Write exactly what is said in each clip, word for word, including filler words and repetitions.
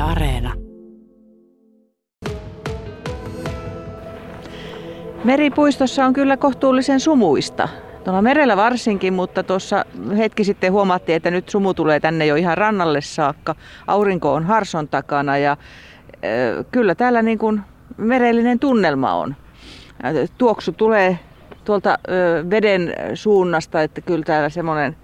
Areena. Meripuistossa on kyllä kohtuullisen sumuista. Tuolla merellä varsinkin, mutta tuossa hetki sitten huomattiin, että nyt sumu tulee tänne jo ihan rannalle saakka. Aurinko on Harson takana ja äh, kyllä täällä niin kuin merellinen tunnelma on. Tuoksu tulee tuolta äh, veden suunnasta, että kyllä täällä semmoinen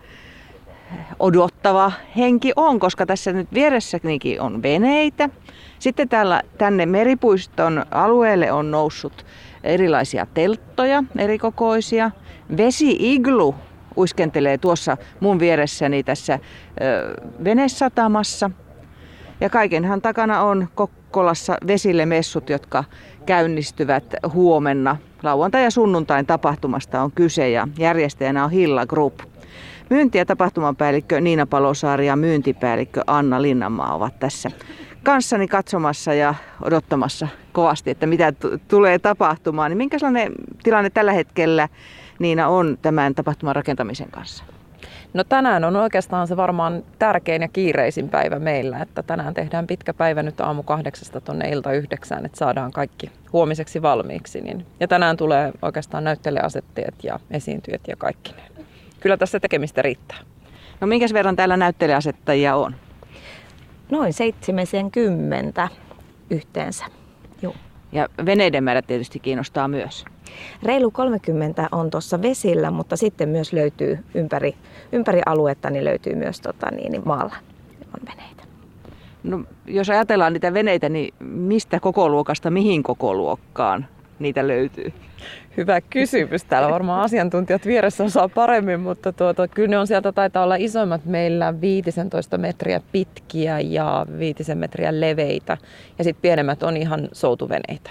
odottava henki on, koska tässä nyt vieressäkin on veneitä. Sitten täällä tänne meripuiston alueelle on noussut erilaisia telttoja, erikokoisia. Vesi-iglu uiskentelee tuossa mun vieressäni tässä ö, venesatamassa. Ja kaikenhan takana on Kokkolassa vesille messut, jotka käynnistyvät huomenna. Lauantai- ja sunnuntain tapahtumasta on kyse ja järjestäjänä on Hilla Group. Myynti- ja tapahtumanpäällikkö Niina Palosaari ja myyntipäällikkö Anna Linnanmaa ovat tässä kanssani katsomassa ja odottamassa kovasti, että mitä t- tulee tapahtumaan. Niin minkälainen tilanne tällä hetkellä Niina on tämän tapahtuman rakentamisen kanssa? No tänään on oikeastaan se varmaan tärkein ja kiireisin päivä meillä, että tänään tehdään pitkä päivä nyt aamu kahdeksasta tuonne ilta yhdeksään, että saadaan kaikki huomiseksi valmiiksi. Niin. Ja tänään tulee oikeastaan näyttelijäasetteet ja esiintyjät ja kaikki. Kyllä tässä tekemistä riittää. No minkäs verran täällä näyttelijäasettajia on? Noin seitsemänkymmentä yhteensä. Juu. Ja veneiden määrä tietysti kiinnostaa myös. Reilu kolmekymmentä on tuossa vesillä, mutta sitten myös löytyy ympäri, ympäri aluetta, niin löytyy myös tota, niin, maalla on veneitä. No, jos ajatellaan niitä veneitä, niin mistä kokoluokasta mihin kokoluokkaan niitä löytyy? Hyvä kysymys. Täällä varmaan asiantuntijat vieressä osaa paremmin, mutta tuota, kyllä ne on sieltä taitaa olla isommat meillä viisitoista metriä pitkiä ja viitisen metriä leveitä. Ja sitten pienemmät on ihan soutuveneitä.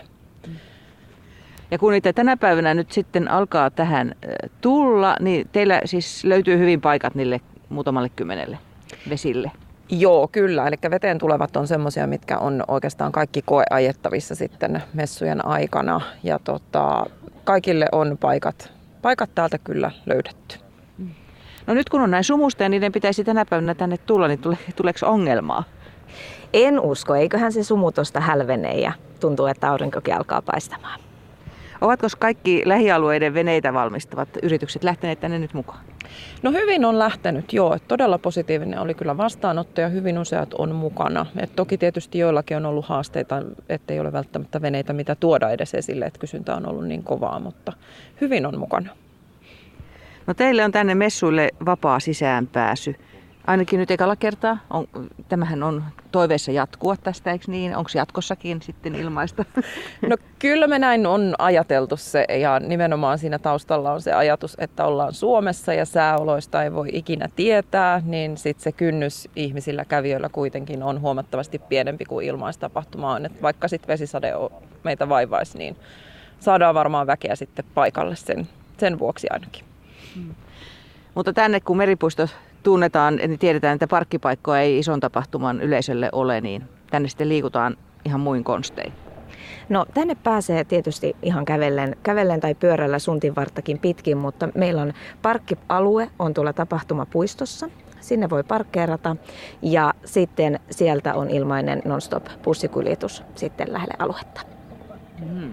Ja kun niitä tänä päivänä nyt sitten alkaa tähän tulla, niin teillä siis löytyy hyvin paikat niille muutamalle kymmenelle vesille. Joo, kyllä. Eli veteen tulevat on semmoisia, mitkä on oikeastaan kaikki koeajettavissa sitten messujen aikana. Ja tota, kaikille on paikat, paikat täältä kyllä löydetty. No nyt kun on näin sumusta ja niiden pitäisi tänä päivänä tänne tulla, niin tule, tuleeko ongelmaa? En usko. Eiköhän se sumu tuosta hälvene ja tuntuu, että aurinkokin alkaa paistamaan. Ovatko kaikki lähialueiden veneitä valmistavat yritykset lähteneet tänne nyt mukaan? No hyvin on lähtenyt, joo. Todella positiivinen oli kyllä vastaanotto ja hyvin useat on mukana. Et toki tietysti joillakin on ollut haasteita, ettei ole välttämättä veneitä, mitä tuoda edes esille, että kysyntä on ollut niin kovaa, mutta hyvin on mukana. No teille on tänne messuille vapaa sisäänpääsy. Ainakin nyt ekalla kertaa. On, tämähän on toiveessa jatkua tästä, eikö niin? Onko jatkossakin sitten ilmaista? No kyllä me näin on ajateltu se ja nimenomaan siinä taustalla on se ajatus, että ollaan Suomessa ja sääoloista ei voi ikinä tietää, niin sitten se kynnys ihmisillä kävijöillä kuitenkin on huomattavasti pienempi kuin ilmaistapahtuma on. Et vaikka sitten vesisade meitä vaivaisi, niin saadaan varmaan väkeä sitten paikalle sen, sen vuoksi ainakin. Hmm. Mutta tänne kun meripuisto tunnetaan, niin tiedetään, että parkkipaikkoja ei ison tapahtuman yleisölle ole, niin tänne sitten liikutaan ihan muin konstein. No tänne pääsee tietysti ihan kävellen, kävellen tai pyörällä suntinvarttakin pitkin, mutta meillä on parkkialue on tuolla tapahtumapuistossa. Sinne voi parkkeerata ja sitten sieltä on ilmainen non-stop bussikuljetus sitten lähelle aluetta. Hmm.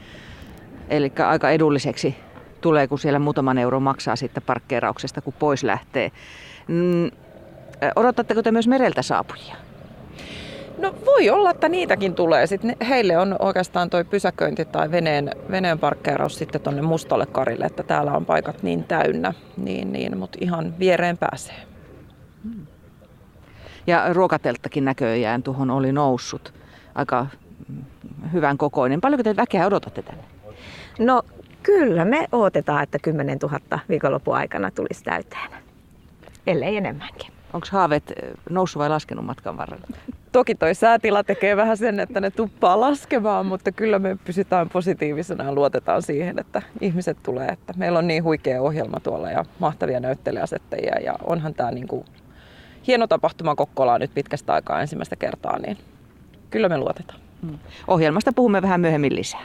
Eli aika edulliseksi tulee, kun siellä muutaman euron maksaa sitten parkkeerauksesta, kun pois lähtee. Mm, odotatteko te myös mereltä saapujia? No voi olla, että niitäkin tulee. Sitten heille on oikeastaan toi pysäköinti tai veneen, veneen parkkeeraus sitten tuonne Mustalle karille, että täällä on paikat niin täynnä, niin, niin, mutta ihan viereen pääsee. Hmm. Ja ruokatelttakin näköjään tuohon oli noussut. Aika hyvän kokoinen. Paljonko te väkeä odotatte tänne? No kyllä me odotetaan, että kymmenen tuhatta viikonlopun aikana tulisi täyteen, ellei enemmänkin. Onko haaveet noussut vai laskenut matkan varrella? Toki toi säätila tekee vähän sen, että ne tuppaa laskemaan, mutta kyllä me pysytään positiivisena ja luotetaan siihen, että ihmiset tulee. Että meillä on niin huikea ohjelma tuolla ja mahtavia näyttelijäasettajia ja onhan tämä niinku hieno tapahtuma Kokkolaa nyt pitkästä aikaa ensimmäistä kertaa, niin kyllä me luotetaan. Hmm. Ohjelmasta puhumme vähän myöhemmin lisää.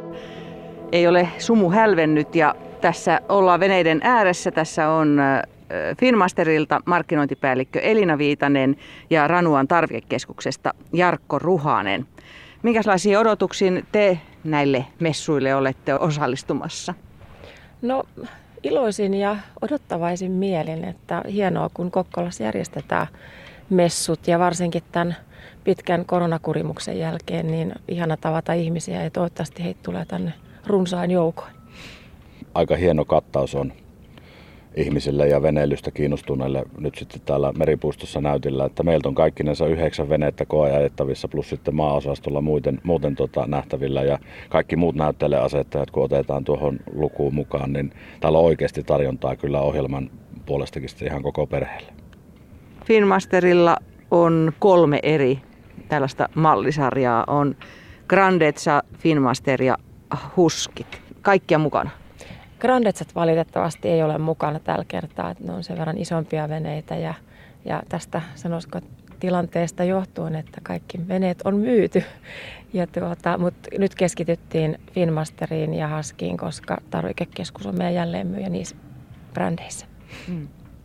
Ei ole sumu hälvennyt ja tässä ollaan veneiden ääressä. Tässä on Finmasterilta markkinointipäällikkö Elina Viitanen ja Ranuan tarvikekeskuksesta Jarkko Ruhanen. Minkälaisiin odotuksiin te näille messuille olette osallistumassa? No iloisin ja odottavaisin mielin, että hienoa kun Kokkolassa järjestetään messut ja varsinkin tämän pitkän koronakurimuksen jälkeen, niin ihana tavata ihmisiä ja toivottavasti heitä tulee tänne runsain joukoin. Aika hieno kattaus on ihmisille ja veneilystä kiinnostuneille nyt sitten täällä Meripuistossa näytillä, että meiltä on kaikkinensa yhdeksän venettä koeajettavissa plus sitten maaosastolla muuten, muuten tota nähtävillä ja kaikki muut näyttelijäasettajat kun otetaan tuohon lukuun mukaan, niin täällä on oikeasti tarjontaa kyllä ohjelman puolestakin sitten ihan koko perheelle. Finmasterilla on kolme eri tällaista mallisarjaa, on Grandezza, Finmaster ja Huskit, kaikkia mukana. Grandezat valitettavasti ei ole mukana tällä kertaa, että ne on sen verran isompia veneitä ja, ja tästä sanoisiko tilanteesta johtuen, että kaikki veneet on myyty. Ja tuota, mutta nyt keskityttiin Finmasteriin ja Huskiin, koska tarvikekeskus on meidän jälleenmyyjä niissä brändeissä. Hmm.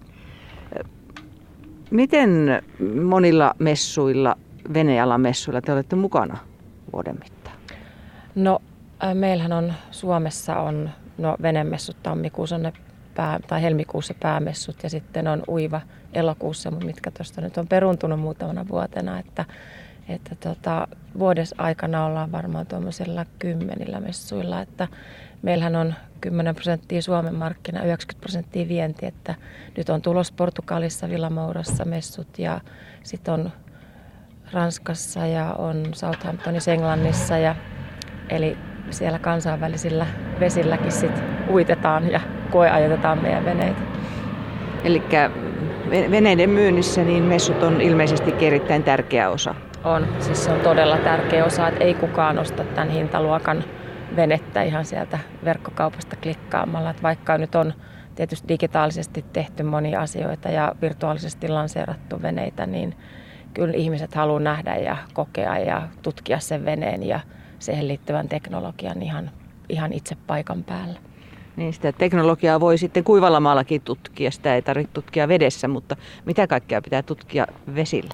Miten monilla messuilla, venealan messuilla te olette mukana vuoden mittaan? No meillähän on Suomessa on no venemessut tammikuussa ne pää, tai helmikuussa päämessut ja sitten on uiva elokuussa, mitkä tuosta nyt on peruntunut muutamana vuotena, että, että tota, vuodessa aikana ollaan varmaan tuommoisilla kymmenillä messuilla, että meillähän on kymmenen prosenttia Suomen markkina, yhdeksänkymmentä prosenttia vienti, että nyt on tulos Portugalissa, Villamourassa messut ja sitten on Ranskassa ja on Southamptonissa Englannissa ja eli siellä kansainvälisillä vesilläkin sit uitetaan ja koeajoitetaan meidän veneitä. Eli veneiden myynnissä niin messut on ilmeisesti erittäin tärkeä osa. On, siis se on todella tärkeä osa, että ei kukaan osta tämän hintaluokan venettä ihan sieltä verkkokaupasta klikkaamalla. Että vaikka nyt on tietysti digitaalisesti tehty monia asioita ja virtuaalisesti lanseerattu veneitä, niin kyllä ihmiset haluaa nähdä ja kokea ja tutkia sen veneen ja siihen liittyvän teknologian ihan, ihan itse paikan päällä. Niin sitä teknologiaa voi sitten kuivalla maallakin tutkia, sitä ei tarvitse tutkia vedessä, mutta mitä kaikkea pitää tutkia vesillä?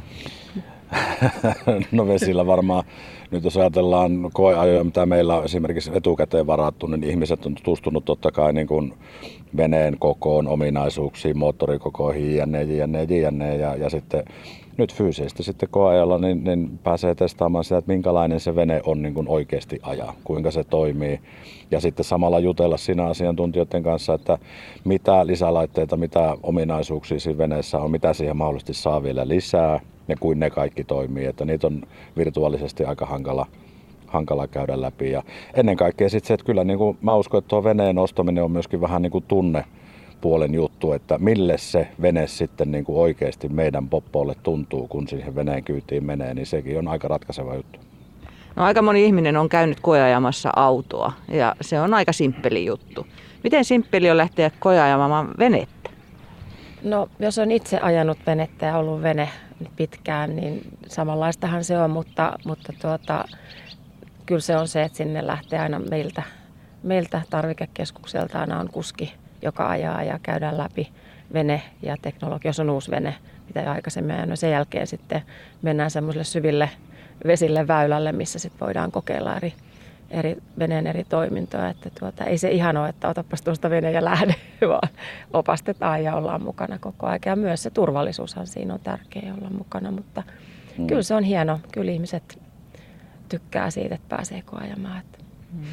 No vesillä varmaan, nyt jos ajatellaan koeajoja, mitä meillä on esimerkiksi etukäteen varattu, niin ihmiset on tutustunut totta kai niin kuin veneen kokoon, ominaisuuksiin, moottorikokoihin, jne, jne, jne, ja, ja sitten nyt fyysisesti sitten koeajalla niin, niin pääsee testaamaan sitä, että minkälainen se vene on niin kuin oikeasti ajaa, kuinka se toimii. Ja sitten samalla jutella siinä asiantuntijoiden kanssa, että mitä lisälaitteita, mitä ominaisuuksia siinä veneessä on, mitä siihen mahdollisesti saa vielä lisää ja kuin ne kaikki toimii. Että niitä on virtuaalisesti aika hankala, hankala käydä läpi. Ja ennen kaikkea sitten se, että kyllä niin kuin mä uskon, että tuo veneen ostaminen on myöskin vähän niin kuin tunne. Puolen juttu, että mille se vene sitten niin kuin oikeasti meidän poppoille tuntuu, kun siihen veneen kyytiin menee, niin sekin on aika ratkaiseva juttu. No aika moni ihminen on käynyt koeajamassa autoa ja se on aika simppeli juttu. Miten simppeli on lähteä koeajamaan venettä? No jos on itse ajanut venettä ja ollut vene pitkään, niin samanlaistahan se on, mutta, mutta tuota, kyllä se on se, että sinne lähtee aina meiltä, meiltä tarvikekeskukselta aina on kuski, joka ajaa ja käydään läpi vene ja teknologia, jos on uusi vene, mitä jo aikaisemmin ajanut. Sen jälkeen sitten mennään semmoiselle syville vesille väylälle, missä sitten voidaan kokeilla eri, eri veneen eri toimintoja. Että tuota, ei se ihan ole, että otapas tuosta veneen ja lähde, vaan opastetaan ja ollaan mukana koko ajan. Ja myös se turvallisuushan siinä on tärkeä olla mukana, mutta hmm. kyllä se on hieno. Kyllä ihmiset tykkää siitä, että pääsee koeajamaan. Hmm.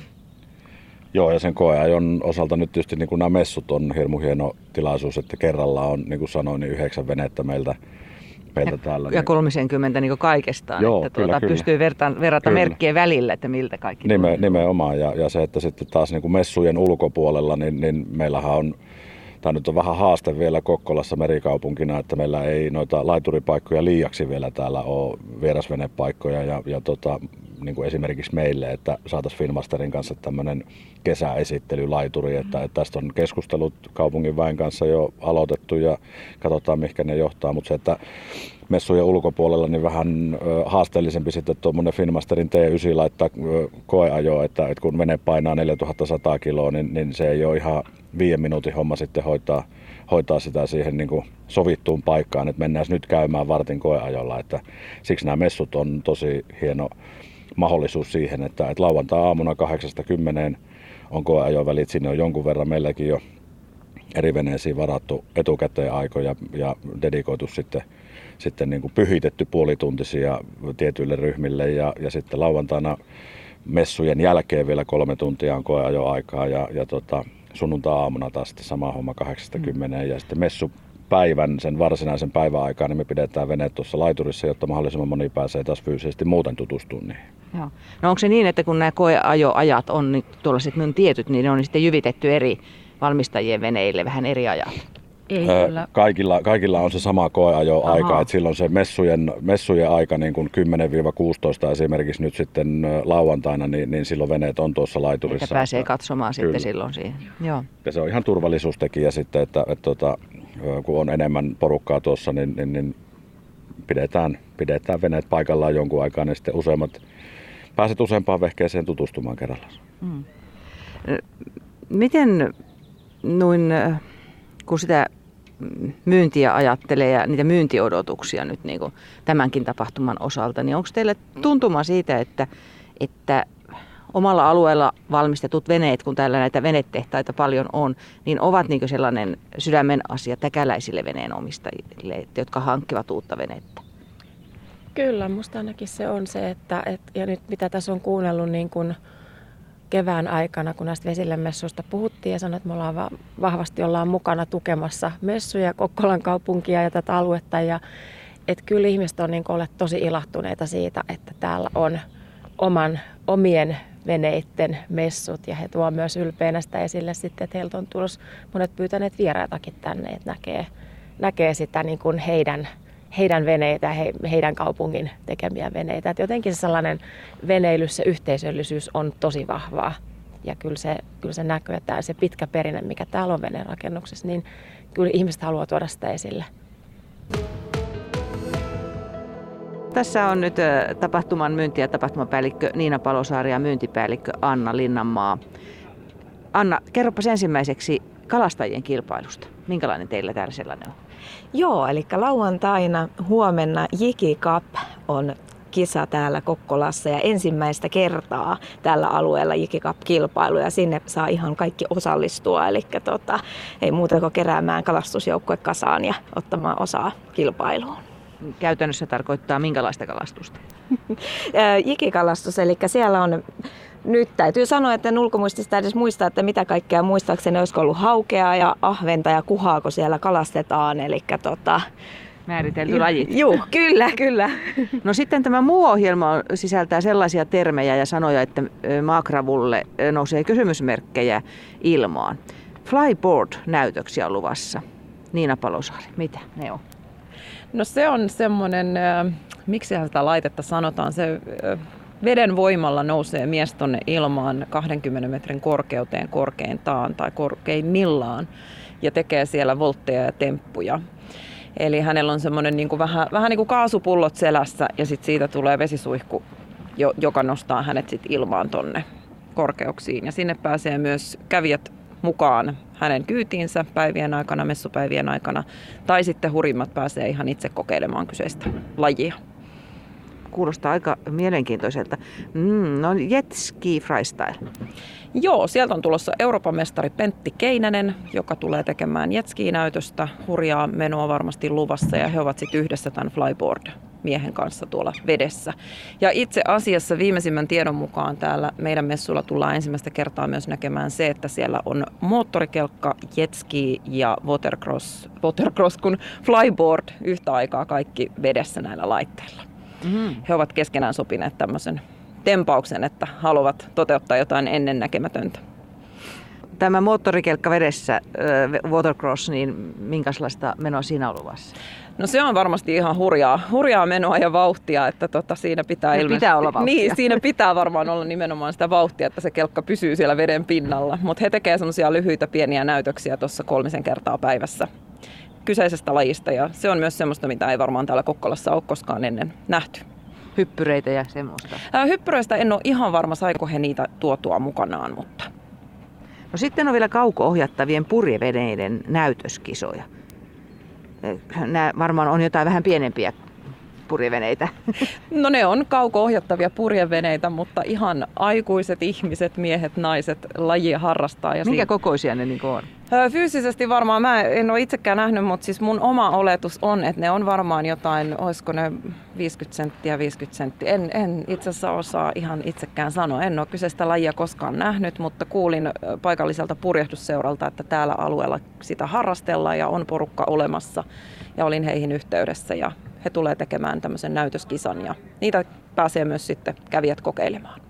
Joo, ja sen koeajon osalta nyt tietysti niin kuin nämä messut on hirmu hieno tilaisuus, että kerralla on, niin kuin sanoin, niin yhdeksän venettä meiltä, meiltä ja, täällä. Ja kolmekymmentä niin kaikestaan, Joo, että kyllä, tuota, kyllä. pystyy verta, verrata kyllä. merkkien välillä, että miltä kaikki Nime, Nimenomaan, ja, ja se, että sitten taas niin kuin messujen ulkopuolella, niin, niin meillähän on, tämä nyt on vähän haaste vielä Kokkolassa merikaupunkina, että meillä ei noita laituripaikkoja liiaksi vielä täällä ole, vierasvenepaikkoja ja, ja tota, niin kuin esimerkiksi meille, että saataisiin Finmasterin kanssa tämmöinen kesäesittelylaituri, että, että tästä on keskustelut kaupungin väen kanssa jo aloitettu ja katsotaan mihinkä ne johtaa, mutta se, että messujen ulkopuolella niin vähän ö, haasteellisempi sitten tuommoinen Finmasterin T yhdeksän laittaa ö, koeajoa, että, että kun vene painaa neljätuhatta sata kiloa, niin, niin se ei ole ihan viiden minuutin homma sitten hoitaa, hoitaa sitä siihen niin kuin sovittuun paikkaan, että mennään nyt käymään vartin koeajolla. Että siksi nämä messut on tosi hieno mahdollisuus siihen, että, että lauantai-aamuna kahdeksasta kymmeneen on koeajovälit. Sinne on jonkun verran meilläkin jo eri veneisiin varattu etukäteen aikoja ja dedikoitu sitten, sitten niin kuin pyhitetty puolituntisia tietyille ryhmille ja, ja sitten lauantaina messujen jälkeen vielä kolme tuntia on koeajoaikaa ja, ja tota, sunnuntai-aamuna taas sitten sama homma kahdeksasta kymmeneen mm. ja sitten messupäivän, sen varsinaisen päivän aikaa, niin me pidetään veneet tuossa laiturissa, jotta mahdollisimman moni pääsee taas fyysisesti muuten tutustumaan niihin. Joo. No onko se niin, että kun nämä koeajoajat on niin tuollaiset minun tietyt, niin ne on sitten jyvitetty eri valmistajien veneille vähän eri ajat? Ei, kyllä. Kaikilla, kaikilla on se sama koeajoaika, että silloin se messujen, messujen aika niin kuin kymmenen kuusitoista esimerkiksi nyt sitten lauantaina, niin, niin silloin veneet on tuossa laiturissa. Että pääsee katsomaan kyllä. Sitten silloin siihen. Joo. Ja se on ihan turvallisuustekijä sitten, että, että, että kun on enemmän porukkaa tuossa, niin, niin, niin pidetään, pidetään veneet paikallaan jonkun aikaa, niin sitten useammat pääset useampaan vehkeeseen tutustumaan kerrallaan. Hmm. Miten noin, kun sitä myyntiä ajattelee ja niitä myyntiodotuksia nyt niin kuin tämänkin tapahtuman osalta, niin onko teille tuntuma siitä, että, että omalla alueella valmistetut veneet, kun täällä näitä venetehtaita paljon on, niin ovat niin kuin sellainen sydämen asia täkäläisille veneenomistajille, jotka hankkivat uutta venettä? Kyllä, musta ainakin se on se, että, että ja nyt mitä tässä on kuunnellut niin kuin kevään aikana, kun näistä Vesille-messuista puhuttiin ja sanoin, että me ollaan va- vahvasti ollaan mukana tukemassa messuja, Kokkolan kaupunkia ja tätä aluetta. Ja että kyllä ihmiset on niin kuin olleet tosi ilahtuneita siitä, että täällä on oman, omien veneiden messut ja he tuovat myös ylpeänä sitä esille sitten, että heiltä on tulossa monet pyytäneet vieraitakin tänne, että näkee, näkee sitä niin kuin heidän heidän veneitä ja he, heidän kaupungin tekemiä veneitä. Et jotenkin sellainen veneily, se yhteisöllisyys on tosi vahvaa. Ja kyllä se, kyllä se näkyy, että se pitkä perinne, mikä täällä on veneenrakennuksessa, niin kyllä ihmiset haluaa tuoda sitä esille. Tässä on nyt tapahtuman myynti- ja tapahtumapäällikkö Niina Palosaari ja myyntipäällikkö Anna Linnanmaa. Anna, kerropas ensimmäiseksi kalastajien kilpailusta. Minkälainen teillä täällä sellainen on? Joo, eli lauantaina huomenna Jiki Cup on kisa täällä Kokkolassa ja ensimmäistä kertaa tällä alueella Jiki Cup-kilpailu ja sinne saa ihan kaikki osallistua. Eli tota, ei muuta kuin keräämään kalastusjoukkue kasaan ja ottamaan osaa kilpailuun. Käytännössä tarkoittaa minkälaista kalastusta? Jikikalastus, eli siellä on, nyt täytyy sanoa, että en ulkomuistista edes muista, että mitä kaikkea muistaakseni olisiko ollut haukea ja ahventa ja kuhaa, kun siellä kalastetaan. Eli tota, määritelty ju- lajit. Joo, kyllä, kyllä. No sitten tämä muu ohjelma sisältää sellaisia termejä ja sanoja, että maakravulle nousee kysymysmerkkejä ilmaan. Flyboard-näytöksiä on luvassa. Niina Palosaari, mitä ne on? No se on semmoinen, äh, miksi sitä laitetta sanotaan, se äh, veden voimalla nousee mies tonne ilmaan kaksikymmentä metrin korkeuteen korkeintaan tai korkeimmillaan ja tekee siellä voltteja ja temppuja. Eli hänellä on semmoinen niin kuin vähän, vähän niin kuin kaasupullot selässä ja sitten siitä tulee vesisuihku, joka nostaa hänet sit ilmaan tonne korkeuksiin. Ja sinne pääsee myös kävijät mukaan hänen kyytiinsä päivien aikana, messupäivien aikana, tai sitten hurimmat pääsee ihan itse kokeilemaan kyseistä lajia. Kuulostaa aika mielenkiintoiselta. Mm, no jet ski freestyle. Joo, sieltä on tulossa Euroopan mestari Pentti Keinänen, joka tulee tekemään jetski-näytöstä. Hurjaa menoa varmasti luvassa ja he ovat sitten yhdessä tämän flyboard-miehen kanssa tuolla vedessä. Ja itse asiassa viimeisimmän tiedon mukaan täällä meidän messuilla tullaan ensimmäistä kertaa myös näkemään se, että siellä on moottorikelkka, jetski ja watercross, watercross kun flyboard yhtä aikaa kaikki vedessä näillä laitteilla. Mm-hmm. He ovat keskenään sopineet tämmöisen tempauksen, että haluavat toteuttaa jotain ennennäkemätöntä. Tämä moottorikelkka vedessä, äh, watercross, niin minkälaista menoa siinä on luvassa? No se on varmasti ihan hurjaa, hurjaa menoa ja vauhtia, että tota, siinä pitää ilmeisesti... pitää olla vauhtia. Niin, siinä pitää varmaan olla nimenomaan sitä vauhtia, että se kelkka pysyy siellä veden pinnalla. Mutta he tekevät semmoisia lyhyitä pieniä näytöksiä tuossa kolmisen kertaa päivässä kyseisestä lajista ja se on myös semmoista, mitä ei varmaan täällä Kokkolassa ole koskaan ennen nähty. Hyppyreitä ja semmoista? Ää, hyppyreistä en ole ihan varma, saiko he niitä tuotua mukanaan, mutta... No sitten on vielä kauko-ohjattavien purjeveneiden näytöskisoja. Nämä varmaan on jotain vähän pienempiä purjeveneitä. No ne on kauko-ohjattavia purjeveneitä, mutta ihan aikuiset ihmiset, miehet, naiset lajia harrastaa. Ja Minkä siinä... kokoisia ne niin on? Fyysisesti varmaan, mä en ole itsekään nähnyt, mutta siis mun oma oletus on, että ne on varmaan jotain, olisiko ne viisikymmentä senttiä, viisikymmentä senttiä. En, en itse asiassa osaa ihan itsekään sanoa. En ole kyseistä lajia koskaan nähnyt, mutta kuulin paikalliselta purjehdusseuralta, että täällä alueella sitä harrastellaan ja on porukka olemassa. Ja olin heihin yhteydessä ja he tulee tekemään tämmöisen näytöskisan ja niitä pääsee myös sitten kävijät kokeilemaan.